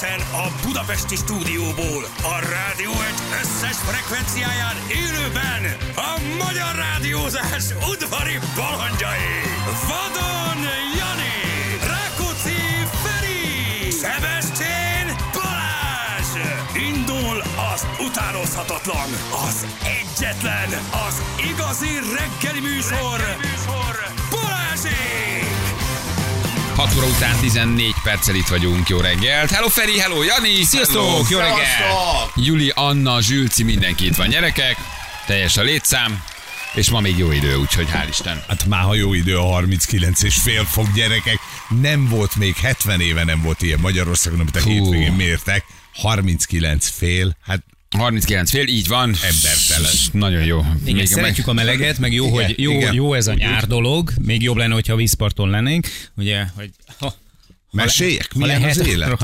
Egyenesen a budapesti stúdióból, a rádió egy összes frekvenciáján élőben a magyar rádiózás udvari balandjai. Vadon Jani, Rákóczi Feri, Szebestén Balázs. Indul az utánozhatatlan, az egyetlen, az igazi reggeli műsor, Balázsék! 6 óra után 14 perccel itt vagyunk. Jó reggelt. Hello Feri, hello Jani. Sziasztok, jó reggelt. Juli, Anna, Zsülci, mindenki itt van, gyerekek. Teljes a létszám. És ma még jó idő, úgyhogy hál' Isten. Hát már ha jó idő a 39,5 fok, gyerekek. Nem volt még 70 éve nem volt ilyen Magyarországon, amit a hétvégén mértek. 39,5, hát 39,5, így van. Embertelen. Nagyon jó. Igen, még szeretjük a meleget, meg jó, igen, hogy jó ez a nyár dolog. Még jobb lenne, hogyha a vízparton lennénk. Ugye, hogy... Meséljek? Milyen az élet?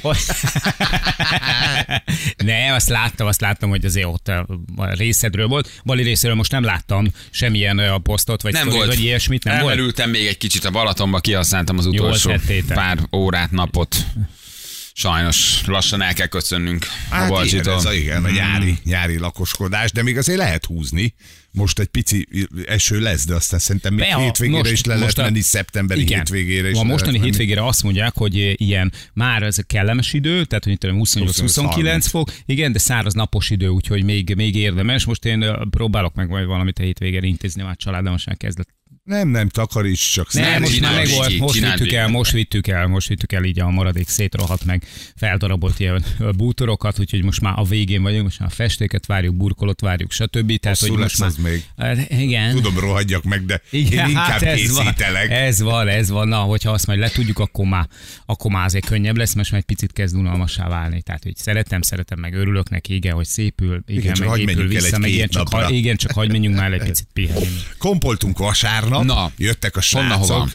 Ne, azt láttam, hogy azért ott a részedről volt. Bali részéről most nem láttam semmilyen posztot, vagy nem volt. Vagy ilyesmit. Nem volt. Elmerültem még egy kicsit a Balatonba, kihasználtam az utolsó pár órát, napot. Sajnos lassan el kell köszönnünk hát a Balcsit-tól. Igen, a nyári lakoskodás, de még azért lehet húzni. Most egy pici eső lesz, de aztán szerintem még hétvégére is le lehet menni, szeptemberi hétvégére is. A mostani hétvégére azt mondják, hogy ilyen már ez a kellemes idő, tehát hogy 28-29 fok, igen, de száraz napos idő, úgyhogy még érdemes. Most én próbálok meg majd valamit a hétvégére intézni, már családom most már kezdett. Nem takaríts, csak nem, most már megvolt, most vittük el így a maradék szétrohadt meg feldarabolt ilyen bútorokat, úgyhogy most már a végén vagyunk, most már a festéket várjuk, burkolót várjuk, stb. Tehát, hogy most már... még. Igen. Tudom, rohadjak meg, de igen, én inkább készítelek. Ez van, na, hogyha azt majd letudjuk, akkor már azért könnyebb lesz, most már egy picit kezd unalmassá válni. Tehát, hogy szeretem, meg örülök neki, igen, hogy szépül, igen, meg épül vissza, meg csak hagyj menjünk már egy picit pihenni. Kompoltunk vasárnap. Na, jöttek a srácok.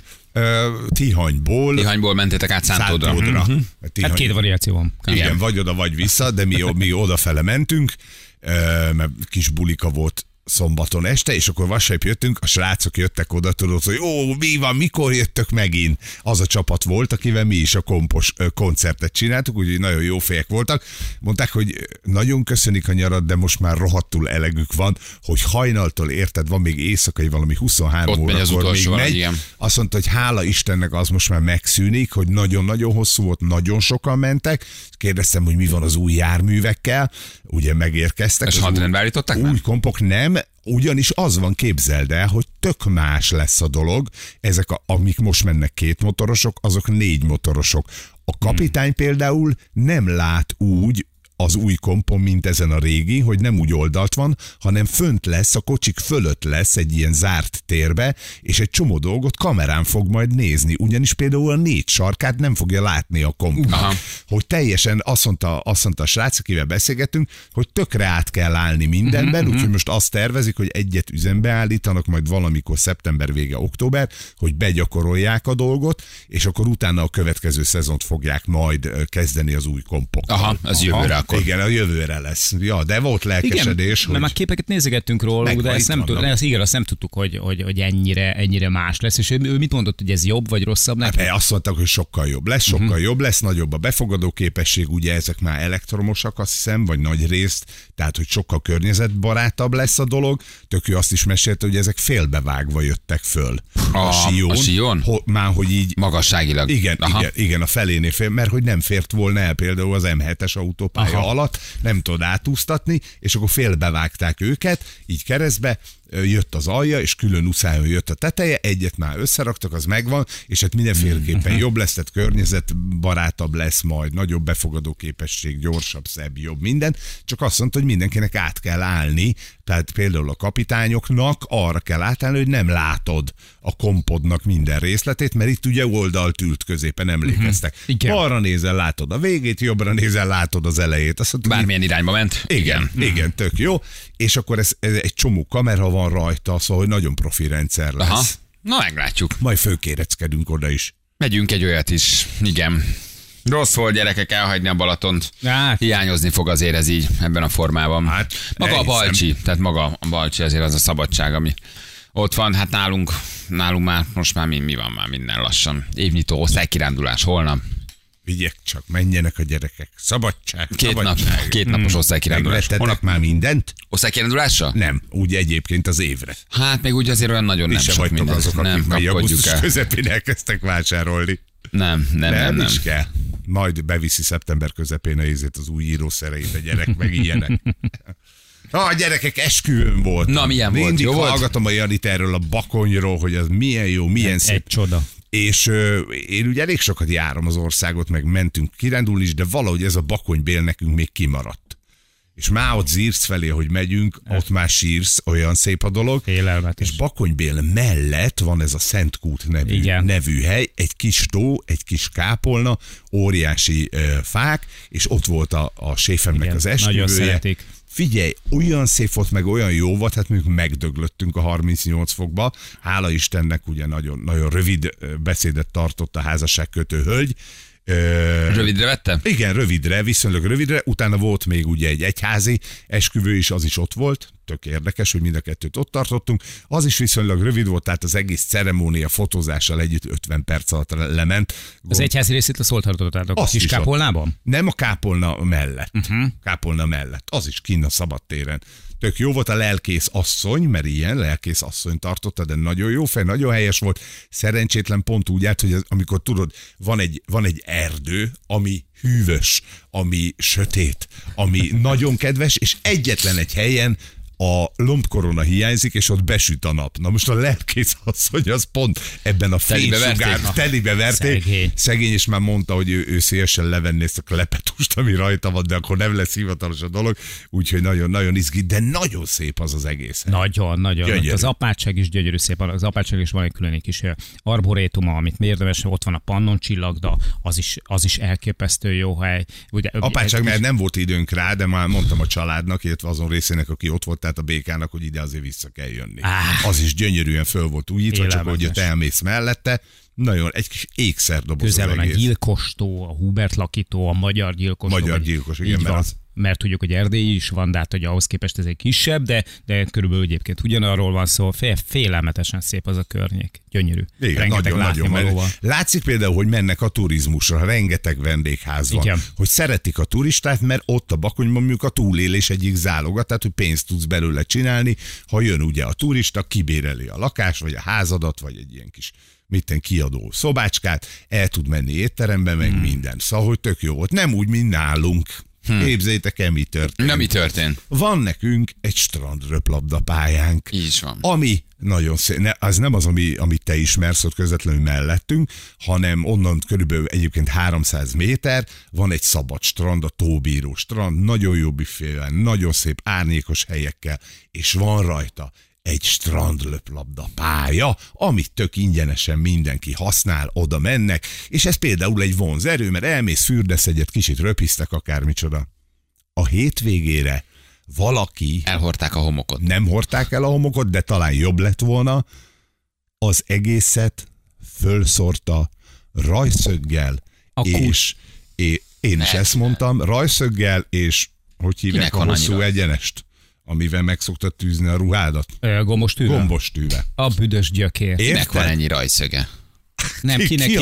Tihanyból mentétek át Szántódra. Hát két variáció van. Igen, vagy oda, vagy vissza, de mi odafele mentünk, mert kis bulika volt szombaton este, és akkor vasárnap jöttünk, a srácok jöttek oda, tudod, hogy mi van, mikor jöttök megint? Az a csapat volt, akivel mi is a kompos koncertet csináltuk, úgyhogy nagyon jó fejek voltak. Mondták, hogy nagyon köszönik a nyarat, de most már rohadtul elegük van, hogy hajnaltól érted, van még éjszakai valami 23 ott órakor még megy. Igen. Azt mondta, hogy hála Istennek az most már megszűnik, hogy nagyon-nagyon hosszú volt, nagyon sokan mentek. Kérdeztem, hogy mi van az új járművekkel, ugye megérkeztek. És hadrendbe állították? Új kompok nem, ugyanis az van, képzeld el, hogy tök más lesz a dolog. Ezek, amik most mennek 2 motorosok, azok 4 motorosok. A kapitány például nem lát úgy az új kompon, mint ezen a régi, hogy nem úgy oldalt van, hanem fönt lesz, a kocsik fölött lesz egy ilyen zárt térbe, és egy csomó dolgot kamerán fog majd nézni. Ugyanis például a 4 sarkát nem fogja látni a kompnak. Hogy teljesen azt mondta a srác, akivel beszélgettünk, hogy tökre át kell állni mindenben, úgyhogy most azt tervezik, hogy egyet üzembe állítanak, majd valamikor szeptember vége, október, hogy begyakorolják a dolgot, és akkor utána a következő szezont fogják majd kezdeni az új kompokkal. Aha, az jövőre akkor. Igen, a jövőre lesz. Ja, de volt lelkesedés. Igen, mert már képeket nézegettünk róla, de ezt nem azt nem tudtuk, hogy ennyire más lesz. És ő mit mondott, hogy ez jobb vagy rosszabb neki? Hát, azt mondták, hogy sokkal jobb lesz, nagyobb a befogadó képesség, ugye ezek már elektromosak, azt hiszem, vagy nagy részt, tehát hogy sokkal környezetbarátabb lesz a dolog. Tök ő azt is mesélte, hogy ezek félbevágva jöttek föl. A Sion? Már hogy így... Magasságilag. Igen, a felénél fél, mert hogy nem fért volna el például az M7-es autópálya alatt, nem tudod átúsztatni, és akkor félbevágták őket, így keresztbe, jött az alja, és külön uszájon jött a teteje, egyet már összeraktak, az megvan, és hát mindenféleképpen jobb lesz, tehát környezetbarátabb lesz majd, nagyobb befogadó képesség, gyorsabb, szebb, jobb minden, csak azt mondta, hogy mindenkinek át kell állni, tehát például a kapitányoknak arra kell átállni, hogy nem látod a kompodnak minden részletét, mert itt ugye oldalt ült középen, emlékeztek. Balra nézel, látod a végét, jobbra nézel, látod az elejét. Azt mondta, bármilyen irányba ment. Igen, tök jó. És akkor ez egy csomó kamera van rajta, szóval hogy nagyon profi rendszer lesz. Aha. Na, meglátjuk. Majd főkéreckedünk oda is. Megyünk egy olyat is, igen. Rossz volt, gyerekek, elhagyni a Balatont. Hiányozni fog azért ez így, ebben a formában. Hát, maga a Balcsi, tehát maga a Balcsi azért az a szabadság, ami ott van. Hát nálunk már most már mi van már minden lassan. Évnyitó, osztálykirándulás holnap. Vigyek csak, menjenek a gyerekek. Szabadság. Két napos osztálykirándulás. Megvettetek már mindent? Osztálykirándulásra? Nem, úgy egyébként az évre. Hát még úgy azért olyan nagyon nem sok minden. Azok, akik már augusztus közepén elkezdtek vásárolni. Nem. Is kell. Majd beviszi szeptember közepén az új írószereit a gyerek, meg ilyenek. A gyerekek, esküvőn volt. Na, milyen volt? Mindig hallgatom a Janit erről a Bakonyról, hogy az milyen jó, milyen szép. Egy csoda. És én ugye elég sokat járom az országot, meg mentünk kirándulni is, de valahogy ez a Bakonybél nekünk még kimaradt. És már ott Zirsz felé, hogy megyünk, ott már sírsz, olyan szép a dolog. Félelmetes. És Bakonybél mellett van ez a Szentkút nevű hely, egy kis tó, egy kis kápolna, óriási fák, és ott volt a séfemnek az esküvője. Nagyon szeretik. Figyelj, olyan szép volt, meg olyan jó volt, hát mondjuk megdöglöttünk a 38 fokba. Hála Istennek ugye nagyon, nagyon rövid beszédet tartott a házasságkötő hölgy. Rövidre vette? Igen, rövidre, viszonylag rövidre. Utána volt még ugye egy egyházi esküvő is, az is ott volt. Tök érdekes, hogy mind a kettőt ott tartottunk. Az is viszonylag rövid volt, tehát az egész ceremónia fotózással együtt 50 perc alatt lement. Az egyházi részét azt hol tartottátok? A kis kápolnában? Nem, a kápolna mellett. Kápolna mellett. Az is kinn a szabadtéren. Tök jó volt a lelkész asszony, mert ilyen lelkész asszony tartotta, de nagyon jó fej, nagyon helyes volt. Szerencsétlen pont úgy állt, hogy amikor tudod, van egy erdő, ami hűvös, ami sötét, ami nagyon kedves, és egyetlen egy helyen a lombkorona hiányzik, és ott besüt a nap. Na most a lelkész asszony az pont ebben a fénysugár telibe verték. Szegény, és már mondta, hogy ő szélesen levenné ezt a klepetust, ami rajta van, de akkor nem lesz hivatalos a dolog. Úgyhogy nagyon-nagyon izgi, de nagyon szép az egész. Nagyon. Az apátság is gyönyörű szép. Az apátság is van egy külön egy kis arborétuma, amit érdemes, ott van a Pannon csillagda, az is elképesztő jó hely. Ugye, apátság, mert nem volt időnk rá, de már mondtam a családnak, illetve azon részének, aki ott volt, a békának, hogy ide azért vissza kell jönni. Az is gyönyörűen föl volt újítva, csak hogy ott elmész mellette. Nagyon, egy kis ékszerdoboz. Közel van a Gyilkostó, a Hubert lakító, a Magyar Gyilkostó. Magyar Gyilkos, igen. Mert tudjuk, hogy erdélyi is van, de hát hogy ahhoz képest ez egy kisebb, de körülbelül egyébként ugyanarról van szó, félelmetesen szép az a környék. Gyönyörű. Igen, nagyon. Látszik például, hogy mennek a turizmusra, rengeteg vendégház van. Igen. Hogy szeretik a turistát, mert ott a Bakonyban mondjuk a túlélés egyik záloga, tehát hogy pénzt tudsz belőle csinálni, ha jön ugye a turista, kibéreli a lakás, vagy a házadat, vagy egy ilyen kis kiadó szobácskát, el tud menni étterembe, meg minden. Szóval, hogy tök jó volt. Nem úgy, mint nálunk. Képzeljétek el, mi történt. Na, mi történt? Van nekünk egy strandröplabda pályánk. Így van. Ami nagyon szép. Az nem az, amit te ismersz ott közvetlenül mellettünk, hanem onnan körülbelül egyébként 300 méter van egy szabad strand, a Tóbíró strand, nagyon jó büfével, nagyon szép árnyékos helyekkel, és van rajta egy strandröplabda pálya, amit tök ingyenesen mindenki használ, oda mennek, és ez például egy vonzerő, mert elmész, fürdesz egyet, kicsit röpisztek, akármicsoda. A hétvégére valaki... Elhordták a homokot. Nem hordták el a homokot, de talán jobb lett volna, az egészet fölszórta rajszöggel, és én is ezt mondtam, rajszöggel, és hogy hívják a hosszú egyenest? Amivel meg szoktad tűzni a ruhádat? Gombostűvel? Gombostűvel. A büdös gyökér. Kinek van ennyi rajszöge? Nem,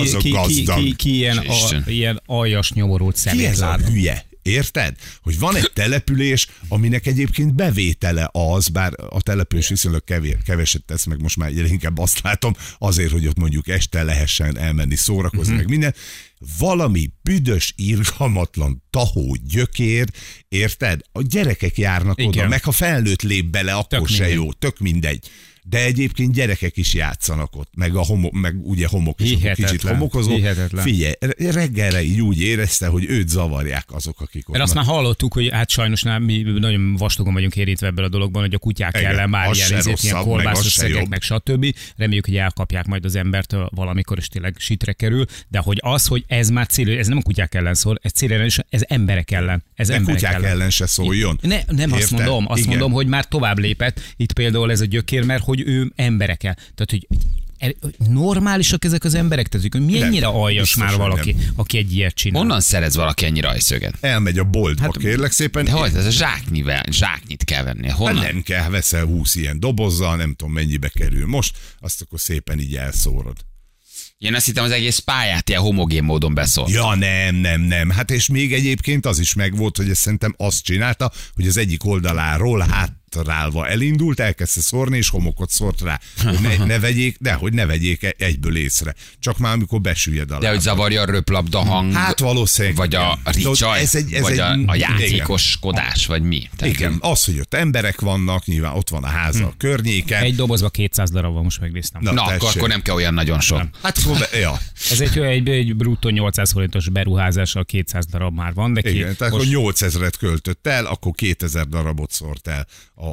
ki ilyen aljas nyomorult szemét. Ki ez a hülye? Érted? Hogy van egy település, aminek egyébként bevétele az, bár a település viszonylag keveset tesz, meg most már egyre inkább azt látom, azért, hogy ott mondjuk este lehessen elmenni szórakozni, meg minden. Valami büdös, irgalmatlan tahó gyökér, érted? A gyerekek járnak oda, meg ha felnőtt lép bele, akkor se jó, tök mindegy. De egyébként gyerekek is játszanak ott, meg ugye homok is, kicsit homokozó. Figyelj, reggelre így úgy érezte, hogy őt zavarják azok, akik ott. Mert azt már hallottuk, hogy hát sajnos mi nagyon vastagon vagyunk érintve ebből a dologban, hogy a kutyák ellen már ilyen kolbászösszegek, meg stb. Reméljük, hogy elkapják majd az embert valamikor, és tényleg sitre kerül, de hogy ez már cél, ez nem a kutyák ellen szól, ez cél is, ez emberek ellen. De kutyák ellen se szóljon. Nem azt mondom, hogy már tovább lépett itt például ez a gyökér, mert hogy ő emberekkel. Tehát, hogy normálisak ezek az emberek? Tehát, hogy mennyire aljas már valaki, aki egy ilyet csinál? Honnan szerez valaki ennyi rajszöget? Elmegy a boltba, kérlek szépen. De hogy ez a zsáknyit kell venni. Honnan? Hát nem kell, veszel 20 ilyen dobozzal, nem tudom mennyibe kerül most, azt akkor szépen így elszórod. Én azt hittem, az egész pályát ilyen homogén módon beszólt. Ja, nem. Hát és még egyébként az is megvolt, hogy ezt szerintem azt csinálta, hogy az egyik oldaláról hátrálva elindult, elkezdte szórni, és homokot szórt rá. Hogy ne vegyék egyből észre. Csak már amikor besüllyed alá. De hogy zavarja a röplabda hang. Hát valószínűleg. Vagy a ricsaj, vagy a játékoskodás, vagy mi. Igen, az, hogy ott emberek vannak, nyilván ott van a háza a környéken. Egy dobozban 200 darab van, most megnéztem. Na akkor nem kell olyan nagyon sok. Hát ja. Ez egy bruttó 800 forintos beruházással 200 darab már van, de igen, tehát most... akkor 8000-et költött el, akkor 2000 darabot szórt el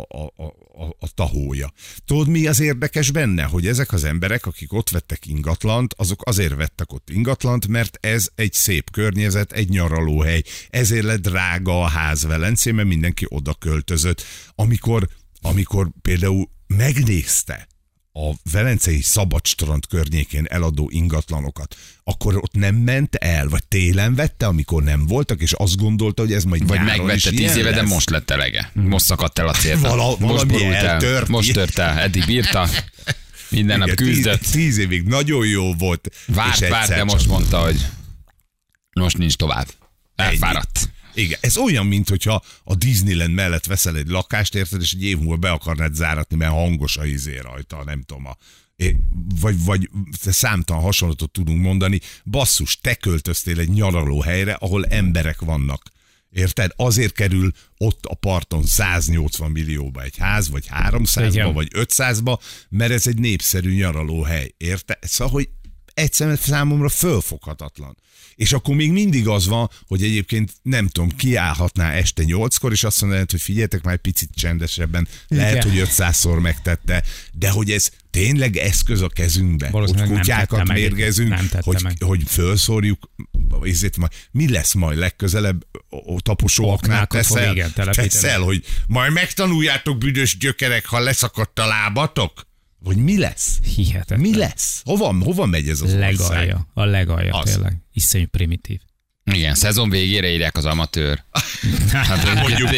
a tahója. Tudod, mi az érdekes benne? Hogy ezek az emberek, akik ott vettek ingatlant, azok azért vettek ott ingatlant, mert ez egy szép környezet, egy nyaralóhely. Ezért lett drága a ház Velencén, mert mindenki oda költözött. Amikor például megnézte a velencei szabadstrand környékén eladó ingatlanokat, akkor ott nem ment el, vagy télen vette, amikor nem voltak, és azt gondolta, hogy ez majd vagy nyáron megvette 10 éve, de most lett elege. Most szakadt el a célta. Most borult el. Most tört el. Eddig bírta. Minden nap küzdött. 10 évig nagyon jó volt. Várt, de most mondta, hogy most nincs tovább. Elfáradt. Igen, ez olyan, mint hogyha a Disneyland mellett veszel egy lakást, érted, és egy év múlva be akarnád záratni, mert hangos a izé rajta, nem tudom, vagy számtalan hasonlatot tudunk mondani. Basszus, te költöztél egy nyaraló helyre, ahol emberek vannak. Érted? Azért kerül ott a parton 180 millióba egy ház, vagy 300-ba, vagy 500-ba, mert ez egy népszerű nyaralóhely. Érted? Szóval, hogy egyszerűen számomra fölfoghatatlan. És akkor még mindig az van, hogy egyébként nem tudom, kiállhatná este 8-kor, és azt mondaná, hogy figyeljetek már egy picit csendesebben, lehet, hogy 500-szor megtette, de hogy ez tényleg eszköz a kezünkbe, hogy kutyákat mérgezünk, hogy felszórjuk, mi lesz majd legközelebb, taposóaknál teszel, hogy majd megtanuljátok, büdös gyökerek, ha leszakadt a lábatok? Vagy mi lesz? Hihetetlen. Mi lesz? Hova megy ez az ország? A legalja tényleg. Iszonyú primitív. Igen, szezon végére írják az amatőr. Hát mondjuk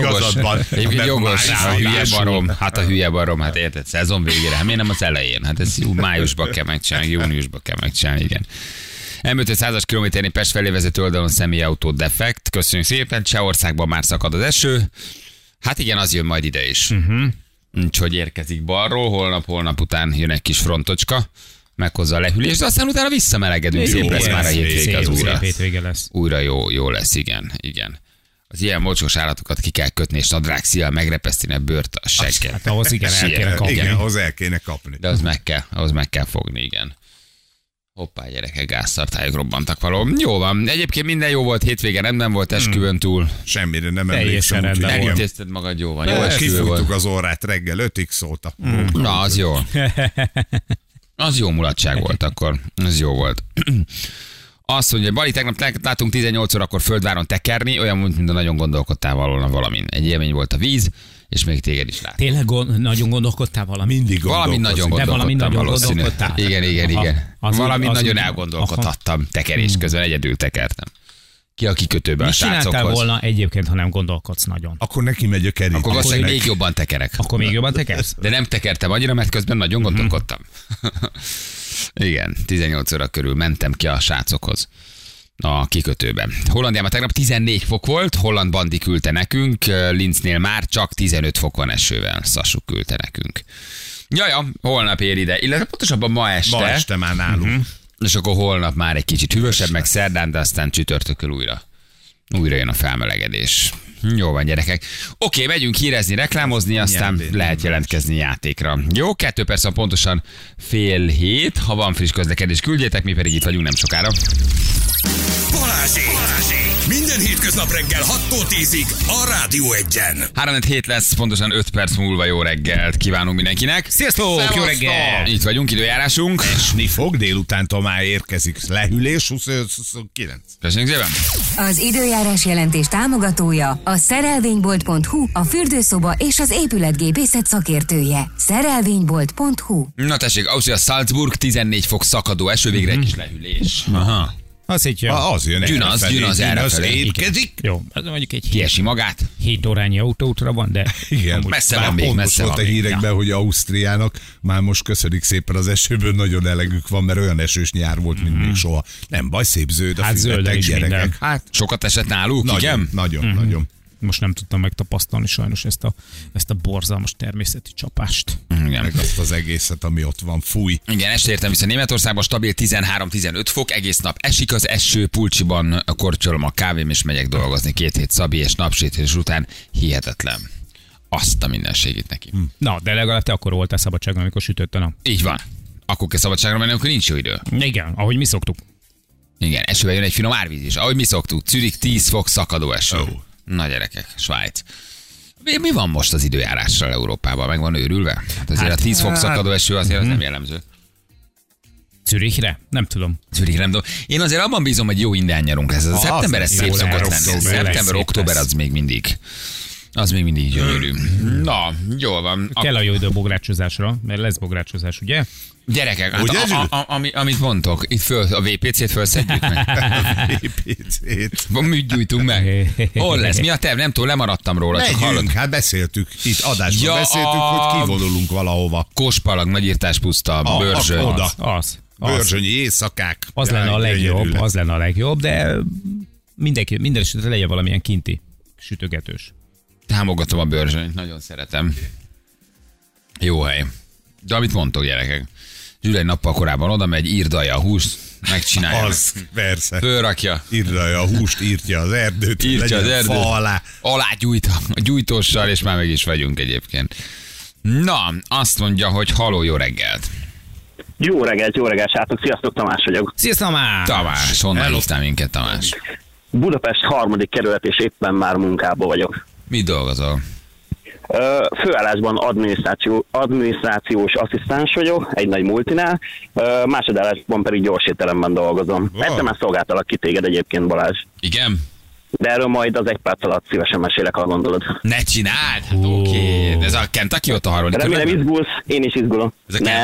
jogos. A hülye barom. Hát a hülye barom, hát érted, szezon végére. Hát miért nem az elején? Hát ez májusban kell megcsinálni, júniusban kell megcsinálni, igen. M500-as kilométernél Pest felé vezető oldalon személyautó defekt. Köszönjük szépen, Csehországban már szakad az eső. Hát igen, az jön majd ide is. Úgyhogy érkezik balról, holnap után jön egy kis frontocska, meghozza a lehűlést, de aztán utána visszamelegedünk, szép lesz már a hétvége, az újra jó lesz, igen. Az ilyen mocskos állatokat ki kell kötni, és nadrágszíjjal megrepeszteni a bőrt, a segget. Hát ahhoz igen, el kéne kapni. Igen, ahhoz el kéne kapni. De ahhoz meg kell fogni, igen. Hoppá, gyerekek, gáztartályok robbantak való. Jó van. Egyébként minden jó volt, hétvége rendben volt, esküvőn túl. Semmire nem emlékszem. Elintézted magad, jó van. Jó esküvő volt. Kifújtuk az órát reggel 5-ig szóta. Na, az jó. Az jó mulatság volt akkor. Az jó volt. Azt mondja, Bali, tegnap látunk 18 órakor Földváron tekerni, olyan, mint a nagyon gondolkodtál volna valamin. Egy élmény volt a víz, és még téged is lát. Tényleg nagyon gondolkodtál valami? Mindig valami nagyon gondolkodtál. Igen. Valami nagyon elgondolkodhattam tekerés közben, egyedül tekertem. Ki a kikötőben a srácokhoz. Mit csináltál volna egyébként, ha nem gondolkodsz nagyon? Akkor neki megy a kerítés. Akkor valószínűleg még jobban tekerek. Akkor még jobban tekersz? De nem tekertem annyira, mert közben nagyon gondolkodtam. Igen, 18 óra körül mentem ki a srácokhoz a kikötőben. Hollandiában tegnap 14 fok volt, holland bandi küldte nekünk, Linznél már csak 15 fok van esővel, Sasu küldte nekünk. Jaja, holnap ér ide, illetve pontosabban ma este. Ma este már nálunk. És akkor holnap már egy kicsit hűvösebb, meg szerdán, de aztán csütörtökön újra jön a felmelegedés. Jó van, gyerekek. Oké, megyünk hírezni, reklámozni, aztán lehet jelentkezni játékra. Jó, 2 perc van pontosan 6:30. Ha van friss közlekedés, küldjétek, mi pedig itt vagyunk nem sokára. Balázsék! Minden hétköznap reggel 6-tól 10-ig a Rádió 1-en. 3-7 lesz, pontosan 5 perc múlva jó reggelt kívánunk mindenkinek. Sziasztok, jó reggel! Itt vagyunk, időjárásunk. Esni fog, délutántól már érkezik lehűlés, 29. Köszönjük szépen! Az időjárás jelentés támogatója a szerelvénybolt.hu, a fürdőszoba és az épületgépészet szakértője. Szerelvénybolt.hu. Na tessék, Ausztria Salzburg, 14 fok szakadó eső, végre egy kis lehűlés. Aha. Az egy jó. Az jön Gyűnöz errefelé. Étkezik. Jó, az mondjuk egy Kiesi magát. 7 órányi autóútra van, de... Igen, messze van még, messze volt van a még. hírekben, hogy Ausztriának már most köszönik szépen az esőből, nagyon elegük van, mert olyan esős nyár volt, mint még soha. Nem baj, szép zöld a Hát zöldek füvetek, is gyerekek. minden. Hát Sokat esett náluk, igen? nagyon. Most nem tudtam megtapasztalni sajnos ezt a borzalmas természeti csapást. Igen. Meg azt az egészet, ami ott van, fúj. Igen, este értem vissza Németországban, stabil 13-15 fok, egész nap esik az eső, pulcsiban korcsolom a kávém, és megyek dolgozni 2 hét Szabi, és napsütés után hihetetlen. Azt a mindenségét neki. Na, de legalább te akkor voltál szabadságon, amikor sütött a nap. Így van. Akkor kell szabadságra menni, akkor nincs jó idő. Igen, ahogy mi szoktuk. Igen, esőben jön egy finom árvíz is. Ahogy mi szoktuk, Zürich 10 fok szakadó eső. Oh. Na gyerekek, Svájc. Mi van most az időjárással Európában? Meg van őrülve? Hát azért a 10 fok szakadó eső azért az nem jellemző. Zürichre? Nem tudom. Zürich nem tudom. Én azért abban bízom, hogy jó indián nyarunk lesz. Ez a szeptember ez szép szokott lenni. Szeptember, október az még mindig. Az még mindig gyönyörű. Na, jól van. Kell a jó idő a bográcsozásra, mert lesz bográcsozás, ugye? Gyerekek, hát amit mondtok, itt a VPC-t fölszedjük meg. VPC-t. Mit gyújtunk meg? Hol lesz? Mi a terv? Nem tudom, lemaradtam róla. Csak Megyünk, hát beszéltük. Itt adásban beszéltük, hogy kivonulunk valahova. Kospalag, Nagyírtás puszta, Börzsöny. Oda. Az. Börzsönyi éjszakák. Az lenne a legjobb, de minden esetre legyen valamilyen kinti sütögetős. Támogatom a Börzsönyt, nagyon szeretem. Jó hely. De amit mondtok, gyerekek. Zsül egy nappal korábban oda megy, írdalja a húst, megcsinálja. Az, persze. Fölrakja. Írdalja a húst, írtja az erdőt. Írtja az erdőt. Fa alá. Alá gyújt a gyújtóssal, és már meg is vagyunk egyébként. Na, azt mondja, hogy haló, jó reggelt. Jó reggelt, srácok. Sziasztok, Tamás vagyok. Sziasztok, Tamás! Tamás, honnan hívtál minket, Tamás? Budapest 3. kerület, és éppen már munkában vagyok. Mit dolgozol? Főállásban adminisztrációs asszisztens vagyok, egy nagy multinál, másodállásban pedig gyorsételemben dolgozom. Ettem már szolgáltalak ki téged egyébként, Balázs. Igen? De erről majd az 1 perc alatt szívesen mesélek, ha gondolod. Ne csináld! Hát oké. De ez a Kentucky ott a 3. Remélem izgulsz, én is izgulom.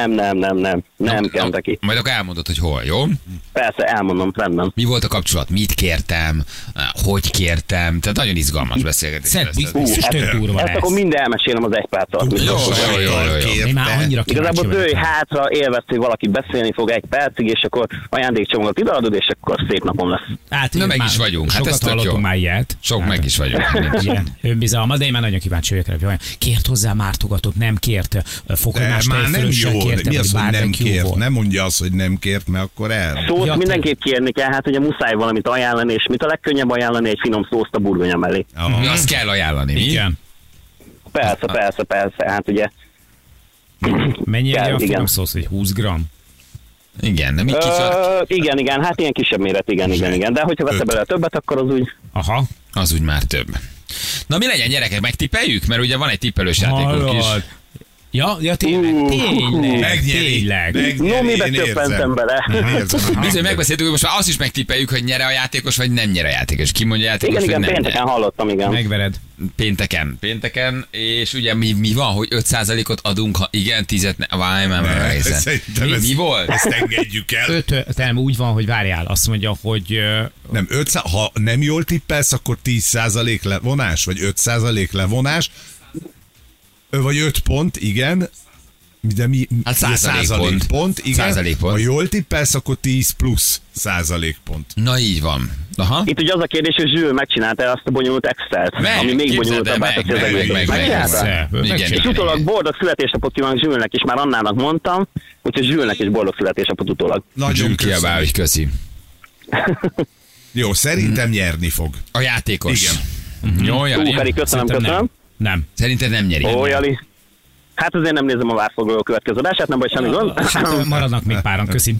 Nem Kentucky. Majd akkor elmondod, hogy hol, jó? Persze, elmondom, rendben. Mi volt a kapcsolat? Mit kértem? Hogy kértem? Tehát nagyon izgalmas beszélgetés. Ezt akkor mind elmesélem az 1 perc alatt. Jó. Én már annyira igazából dőj hátra, élvezd, hogy valaki beszélni fog 1 percig, és akkor ajándékcsomagot ideadod, és akkor szép napom lesz. Hát, na meg is vagyunk. Hát ez tök jó. Már ilyet. Sok meg is vagyunk. Igen, önbizalma, de én már nagyon kíváncsi vagyok rá. Kért hozzá mártogatót, nem kért fokhagymás tejfölössel, mi az, hogy nem kért? Nem mondja azt, hogy nem kért, mert akkor el. Szót mindenképp kérni kell, hát ugye muszáj valamit ajánlani, és mit a legkönnyebb ajánlani, egy finom szószt a burgonya mellé. Mi azt kell ajánlani, mi? Igen. Persze, hát ugye. Mennyi egy a finom szósz, hogy 20 gram? Igen, de mi igen, hát ilyen kisebb méret, igen. De hogyha veszel belőle többet, akkor az úgy... Aha. Az úgy már több. Na mi legyen, gyerekek, megtippeljük? Mert ugye van egy tippelős játékunk is. Ja, tényleg. No, mibe többentem bele. Bizony megbeszéltük, hogy most már azt is megtippeljük, hogy nyere a játékos, vagy nem nyer a játékos. Ki mondja a játékos, igen, nem pénteken hallottam, igen. Megvered. Pénteken, és ugye mi van, hogy 5%-ot adunk, ha igen, 10-et ne. Várj már mi volt? Ezt engedjük el. Nem, úgy van, hogy várjál, azt mondja, hogy... Nem, ha nem jól tippelsz, akkor 10% levonás, vagy 5% levonás, vagy 5 pont, igen. De hát százalékpont. Igen. Százalékpont. Ha jól tippelsz, akkor 10 plusz százalékpont. Na így van. Aha. Itt ugye az a kérdés, hogy Zsül megcsinálta azt a bonyolult Excel-t, ami még bonyolultabb át teszi az egészet. Megcsinálta? És utólag boldog születésnapot kívánok Zsülnek is, már Annának mondtam, úgyhogy Zsülnek is boldog születésnapot utólag. Nagyon kiabál, hogy köszi. Jó, szerintem nyerni fog. A játékos. Igen. Jó, Jali. Feri, köszönöm. Nem. Szerinted nem nyeri. Ó, Jali. Hát azért nem nézem a várfoglaló következő adását, nem baj, semmi gond. Hát maradnak még páran, köszi.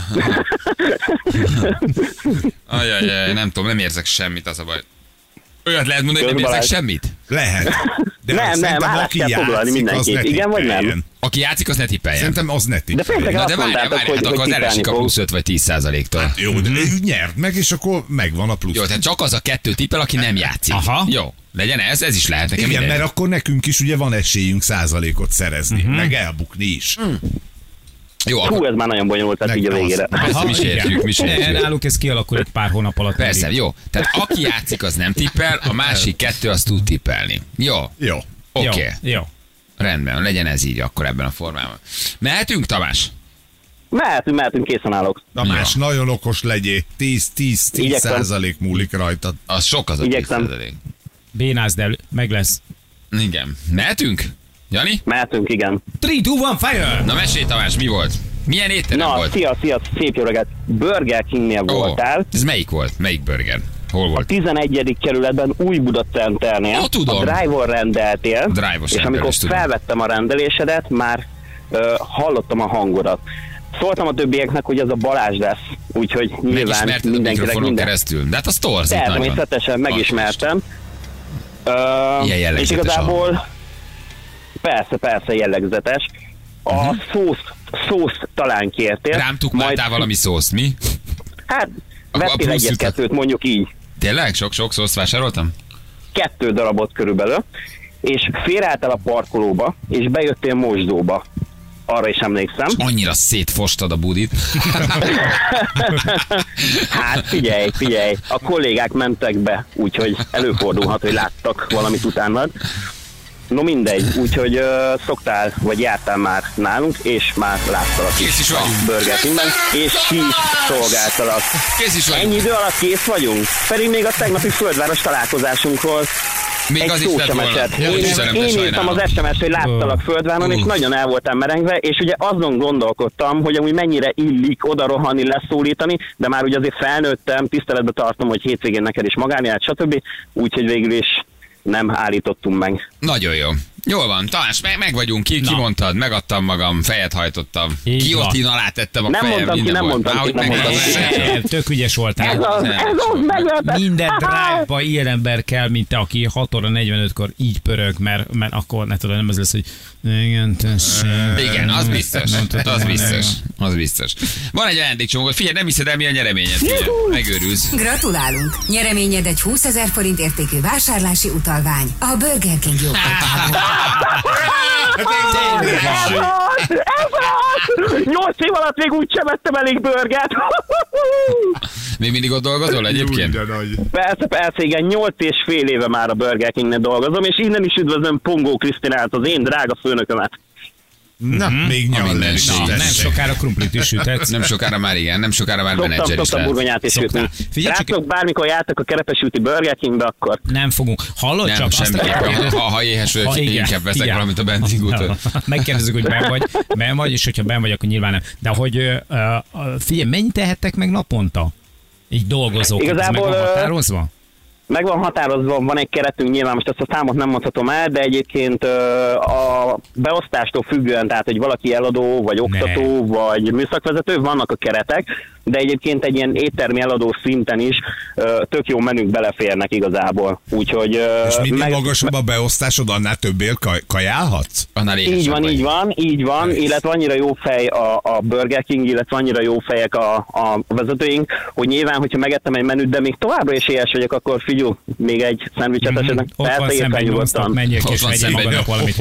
Ajajaj, nem tudom, nem érzek semmit, az a baj. Olyat lehet mondani, hogy nem érzek semmit? Lehet. De nem, állást kell foglalni mindenkit. Igen vagy nem? Aki játszik, az ne tippeljen. Szerintem az ne tippeljen. De pénteken azt mondtátok, hát akkor az elesik a plusz 5 vagy 10%-tól. Hát jó, de nyert meg, és akkor megvan a plusz. Jó, tehát csak az a 2 tippel, aki nem játszik. Aha. Jó, legyen ez is lehet nekem. Igen, mert akkor nekünk is ugye van esélyünk százalékot szerezni, meg elbukni is. Jó, hú, ez már nagyon bonyolult, tehát így a végére. Mi sértjük. Náluk ez kialakul egy pár hónap alatt. Persze, jó. Tehát aki játszik, az nem tippel, a másik kettő az tud tippelni. Jó. Oké. Jó. Rendben, legyen ez így akkor ebben a formában. Mehetünk, Tamás? Mehetünk, készen állok. Tamás, nagyon okos legyél. 10% múlik rajtad. Az sok az a 10%. Bénázd el, meg lesz. Igen. Mehetünk? Jani? Mehetünk, igen. 3, 2, 1, fire! Na mesélj, Tamás, mi volt? Milyen étterem volt? Szia, szép jó reggelt. Burger Kingnél voltál. Ez melyik volt? Melyik burger? Hol volt? A 11. kerületben Új Buda Centernél. Tudom. A Drive-on rendeltél. Drive-os és amikor felvettem a rendelésedet, már hallottam a hangodat. Szóltam a többieknek, hogy ez a Balázs lesz, úgyhogy nyilván mindenkinek keresztül. De hát az torzít nagyon. Természetesen megismertem. És igazából persze jellegzetes. A szósz talán kértél. Rám tukmáltál valami szószt, mi? Hát, vettél egyet-kettőt, mondjuk így. Tényleg? Sok szószt vásároltam? 2 darabot körülbelül. És félreálltál a parkolóba, és bejöttél mosdóba. Arra is emlékszem. És annyira szétfostad a budit. Hát figyelj, a kollégák mentek be, úgyhogy előfordulhat, hogy láttak valamit utánad. No mindegy, úgyhogy szoktál, vagy jártál már nálunk, és már láttalak is a Burger Kingben, és ki szolgáltalak. Kész is vagyunk. Ennyi idő alatt kész vagyunk, pedig még a tegnapi Földváros találkozásunkról még egy az szó sem esett. Én írtam az SMS-t, hogy láttalak Földváron, és nagyon el voltam merengve, és ugye azon gondolkodtam, hogy amúgy mennyire illik oda rohanni, leszólítani, de már ugye azért felnőttem, tiszteletbe tartom, hogy hétvégén neked is magánélet, stb. Úgyhogy végül is nem állítottunk meg. Nagyon jó. Jól van, Tamás, meg vagyunk, kimondtad, megadtam magam, fejet hajtottam, Guillotine alá tettem a fejem, nem mondtam ki. Tök ügyes voltál. Ez az megöltet. Minden drive-ba ilyen ember kell, mint te, aki 6 óra 45-kor így pörög, mert akkor ne tudom, nem az lesz, hogy igen, tessék. Igen, az biztos. Van egy ajándékcsomagod, figyelj, nem hiszed el, mi a nyereményed, figyelj, megőrülsz. Gratulálunk! Nyereményed egy 20 000 forint értékű vásárlási utalvány a Burger King jó. Ez az! 8 év alatt még úgy sem vettem elég burgert. Még mindig ott dolgozol egyébként? Persze, igen, 8 és fél éve már a Burger Kingnél dolgozom, és innen is üdvözlöm Pongó Krisztinát, az én drága főnökömet. Na, még nem sokára krumplit is süthetsz. Nem sokára már menedzser is lehet. Szoktam burgonyát is sütni. Rátok bármikor jártak a Kerepesúti Burger Kingbe, akkor... Nem fogunk. Hallod nem, csak? Semmiképpen. Ha éhes vagyok, inkább veszek valamit a benzinkúton. Megkérdezzük, hogy ben vagy, és hogyha ben vagy, akkor nyilván nem. De hogy figyelj, mennyit tehettek meg naponta? Így dolgozók. Igazából... Meg van határozva? Meg van határozva, van egy keretünk, nyilván most ezt a számot nem mondhatom el, de egyébként a beosztástól függően, tehát hogy valaki eladó, vagy oktató, vagy műszakvezető, vannak a keretek, de egyébként egy ilyen éttermi eladó szinten is tök jó menük beleférnek igazából. Úgyhogy... És minél magasabb a beosztásod, annál többért kajálhatsz? Annál így van, illetve annyira jó fej a Burger King, illetve annyira jó fejek a vezetőink, hogy nyilván, hogyha megettem egy menüt, de még továbbra is éhes vagyok, akkor figyelj, még egy szendvicset esetleg. Ott van szemben nyugodtan. Menjék és vegyél magadnak valamit.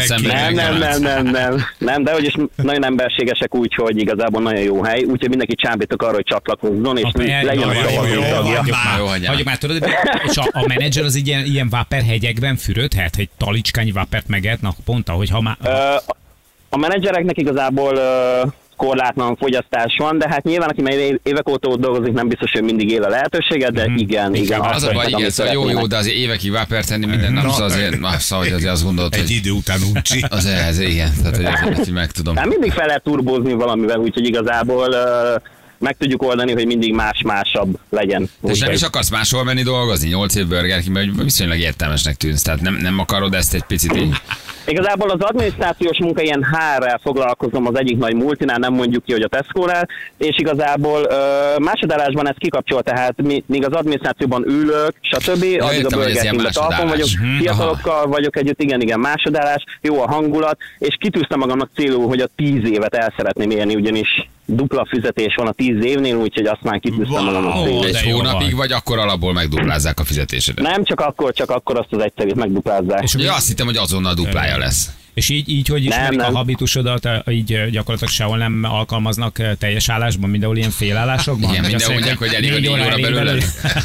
Nem, de hogy is nagyon emberségesek úgy, hogy igazából nagyon jó hely, úgyhogy mindenki csábítok arra, hogy csatlakozzon, és legyen a tagja. Hagyjuk már, tudod, és a menedzser az ilyen váperhegyekben fürödhet, hogy talicskányi vápert meget naponta, hogy ha már... A menedzsereknek igazából korlátlan fogyasztás van, de hát nyilván, aki már évek óta ott dolgozik, nem biztos, hogy mindig él a lehetőséget, de igen. Az a baj, igen, szóval jó, de azért évekig vápert tenni minden nap, szóval azért azt gondolod, hogy... Egy idő után uncsi. Az igen, tehát hogy meg tudom. Hát mindig fel lehet turbózni valamivel, úgyhogy igazából meg tudjuk oldani, hogy mindig más-másabb legyen. És nem is akarsz máshol menni dolgozni? 8 év Burger Kingben, viszonylag értelmesnek tűnsz, tehát nem akarod ezt egy picit így? Igazából az adminisztrációs munka ilyen HR-rel foglalkozom az egyik nagy multinál, nem mondjuk ki, hogy a Tesco-nál, és igazából másodállásban ez kikapcsol, tehát még az adminisztrációban ülök, stb. Addig a Burger Kingben talpon vagyok, fiatalokkal vagyok együtt, igen, másodállás, jó a hangulat, és kitűztem magamnak célul, hogy a 10 évet el szeretném érni, ugyanis dupla fizetés van a 10 évnél, úgyhogy azt már kitűztem magamnak célul. Egy hónapig vagy akkor alapból megduplázzák a fizetésedet? Nem, csak akkor azt az egyszerűt megduplázzák. És azt hittem, hogy azonnal duplája lesz. És így hogy ismerik a habitusodat, így gyakorlatilag sehol nem alkalmaznak teljes állásban, mindenhol ilyen félállásokban? Igen, mindenhol mondják, hogy elég 4 óra belőle.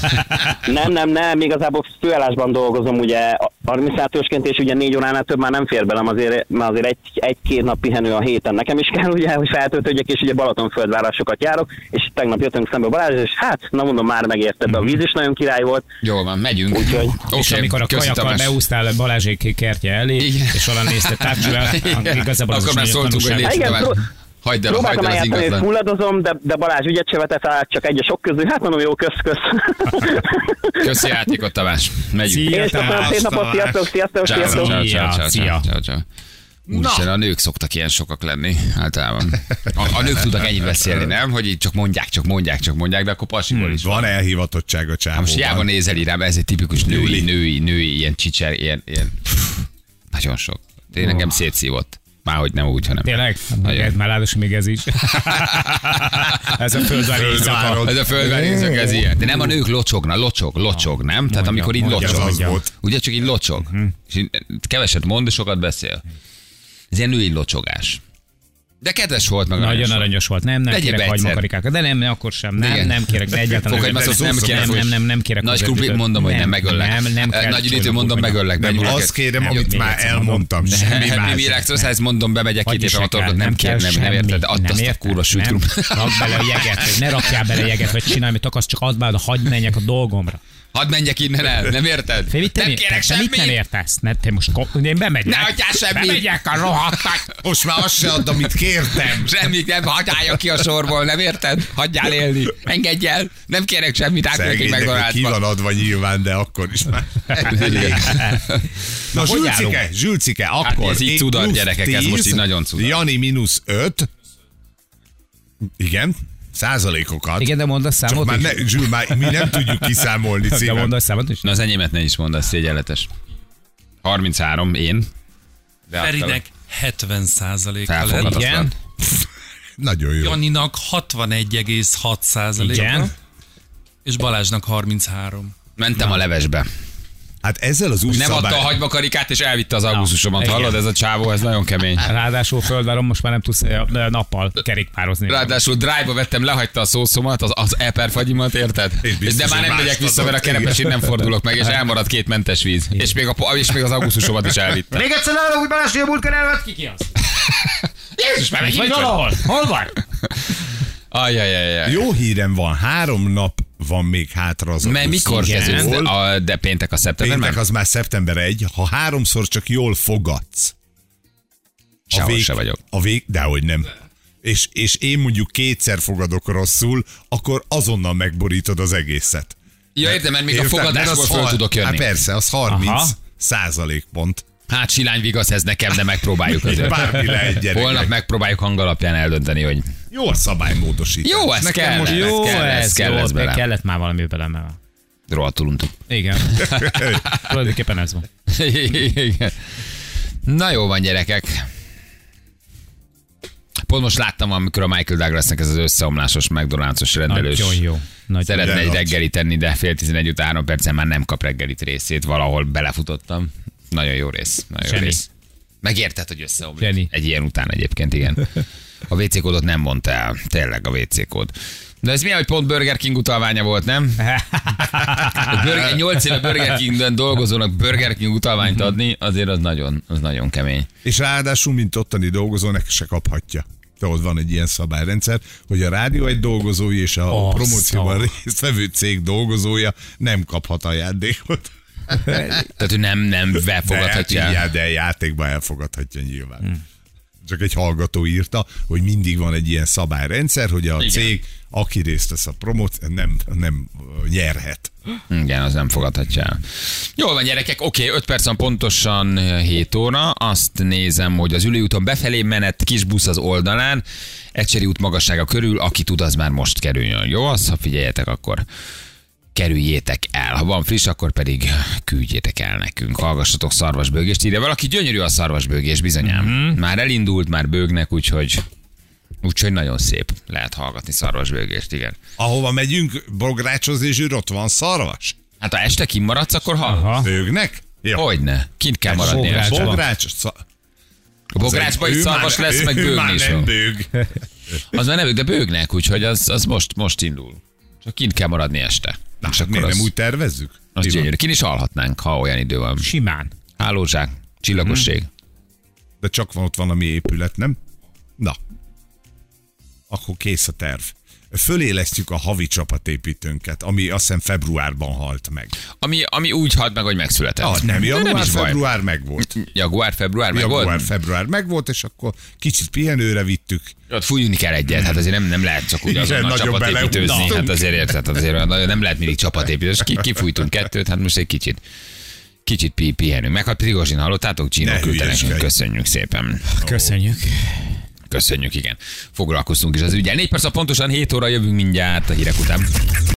Nem, igazából főállásban dolgozom, ugye adminisztrációsként, és ugye 4 óránál több már nem fér belem, azért egy-két nap pihenő a héten nekem is kell, ugye, hogy feltöltődjek, és ugye Balatonföldvárosokat járok, és tegnap jöttünk szembe Balázs, és hát, na mondom, már megérte be, a víz is nagyon király volt. Jól van, megyünk. Úgyhogy... És amikor a kajakkal beúsztál Balázsék kertje elé, és valami nézte távcsővel, igazából akkor már szóltunk, hogy légy hagyd el az ingatlan. Fulladozom, de Balázs ügyet se vetett rá, csak egy a sok közül. Hát mondom, jó, kösz. Köszi játékot, Tamás. Megyünk. Én is köszönöm, szép napot, sziasztok. Ciao. Úristen, a nők szoktak ilyen sokak lenni általában. A nők tudnak ennyit beszélni, nem? Hogy így csak mondják, de akkor pasiból is van elhivatottság a csávóban. Most hiába nézel rám, ez egy tipikus női, ilyen csicser, ilyen. Nagyon sok. Én engem szétszívott. Márhogy nem úgy, hanem. Tényleg? Már ráadásul még ez is. Ez a földvári éjszaka. Ez a földvári éjszaka, ez ilyen. De nem a nők locsog, nem? Tehát amikor így locsog. Ugye csak így locsog. És keveset mond, sokat beszél. Ez ilyen női locsogás. De kedves volt meg. Nagyon aranyos volt. Nem kérek hagymakaриkákat. De nem, akkor sem. Nem kérek, de egyáltalán nem kérek. Nagy krumplit mondom, hogy nem megöllek. Nagy üdítő mondom, megöllek. Azt kérem, amit már elmondtam. Semmi más. Mi reakciósz, ezt mondom, bemegyek 2 éve a torkot. Nem érted, de adta azt a kurva süt krumplit. Rakd bele a jeget, ne rakjál bele jeget, vagy csinálj, amit akarsz, csak add bele, hagyd menjek a dolgomra. Hadd menjek innen el, nem érted? Nem kérek semmit. Mit nem értesz? Te most én bemegyek. Ne hagyjál semmit. Bemegyek a rohadtak. Most már azt se add, amit kértem. Semmit nem, hagyjál ki a sorból, nem érted? Hagyjál élni. Engedj el. Nem kérek semmit, átmegyek McDonald'sba. Ki van adva nyilván, de akkor is már elég. Na, Zsülcike, akkor. Ez így cudar, gyerekek, ez most így nagyon cudar. Jani -5. Igen. Százalékokat. Igen, de mondd a számot csak is. Már Zsül, mi nem tudjuk kiszámolni szépen. De mondd a számot is. Na az enyémet ne is mondd, az szégyenletes. 33, én. Ferinek 70%-a lett. Igen. Nagyon jó. Janinak 61,6%-a. Igen. És Balázsnak 33. Mentem a levesbe. Hát ezzel az új nem adta a hagymakarikát, és elvitte az augusztusomat. Hallod, ez a csávó, ez nagyon kemény. Ráadásul földváron most már nem tudsz nappal kerékpározni. Ráadásul drive-ba vettem, lehagyta a szószomat, az eperfagyimat, érted? De már nem megyek vissza, mert a Kerepesén nem fordulok meg, és elmaradt 2 mentes víz. És még az augusztusomat is elvitte. Még egyszer arra, hogy Balázs, a múltkor elvett ki az? Jézus, már megint valahol. Hol van? Ajjajajaj. Jó hírem van, 3 nap van még hátra az. Mert mikor kezdődik? De péntek a szeptember? Péntek az már szeptember 1. Ha 3-szor csak jól fogadsz. Sehol se vagyok. Dehogy nem. És én mondjuk 2-szer fogadok rosszul, akkor azonnal megborítod az egészet. Ja, értem, mert még a fogadásból föl tudok jönni. Hát persze, az 30% pont. Hát silány vigasz ez nekem, de megpróbáljuk azért. Bármi lehet, gyerek. Holnap megpróbáljuk hang alapján eldönteni, hogy... Jó a szabálymódosítás. Jó, ez kell. Most jó, ez kellett már valami belem. Rohadtul untuk. Igen. Tulajdonképpen ez van. Igen. Na jó van, gyerekek. Pont most láttam, amikor a Michael Douglasnak ez az összeomlásos, McDonald's-os rendelős. Nagyon jó. Szeretne egy reggelit tenni, de 11:30 után 3 percen már nem kap reggelit részét. Valahol belefutottam. Nagyon jó rész. Nagyon jó rész. Megérted, hogy összeomlik. Zseni. Egy ilyen után egyébként, igen. A WC kódot nem mondta el. Tényleg a WC kód. De ez milyen, hogy pont Burger King utalványa volt, nem? 8 éve Burger Kingben dolgozónak Burger King utalványt adni, azért az nagyon kemény. És ráadásul, mint ottani dolgozónak se kaphatja. De ott van egy ilyen szabályrendszer, hogy a Rádió egy dolgozói és a promócióban résztvevő cég dolgozója nem kaphat ajándékot. Tehát ő nem elfogadhatja. De játékban elfogadhatja nyilván. Csak egy hallgató írta, hogy mindig van egy ilyen szabályrendszer, hogy a cég, aki részt vesz a promóció, nem nyerhet. Igen, az nem fogadhatja el. Jól van, gyerekek, oké, 5 perc van pontosan 7 óra. Azt nézem, hogy az Ülőúton befelé menet, kis busz az oldalán, Ecseri út magassága körül, aki tud, az már most kerüljön. Jó, az, ha figyeljetek, akkor kerüljétek el. Ha van friss, akkor pedig küldjétek el nekünk. Hallgassatok szarvasbőgést. Ide valaki, gyönyörű a szarvasbőgés, bizonyám. Már elindult, már bőgnek, úgyhogy nagyon szép lehet hallgatni szarvasbőgést, igen. Ahova megyünk bográcsozni, Zsűr, ott van szarvas? Hát ha este kint maradsz, akkor hallgass. Bőgnek? Hogyne. Kint kell maradni. Bogrács. A bográcsba is szarvas lesz, meg bőgni is van. Az már nem bőg, de bőgnek, úgyhogy az most indul. Csak kint kell maradni este. Csak miért nem úgy tervezzük? Az gyönyörű. Kint is alhatnánk, ha olyan idő van. Simán. Hálózsák, csillagosség. De csak van ott valami épület, nem? Na. Akkor kész a terv. Fölélesztjük a havi csapatépítőnket, ami azt hiszem februárban halt meg. Ami úgy halt meg, hogy megszületett. Nem, január, február megvolt. Január, február megvolt? Január, február megvolt, és akkor kicsit pihenőre vittük. Ott fújni kell egyet, hát azért nem lehet csak úgy azonnal csapatépítőzni. Hát azért érted, azért nem lehet mindig csapatépítőzni. Kifújtunk kettőt, hát most egy kicsit pihenünk. Meg hát Prigozsin, hallottátok? Csína küldte nekünk. Köszönjük szépen. Köszönjük, igen. Foglalkoztunk is az ügyel. 4 perc pontosan 7 óra jövünk mindjárt a hírek után.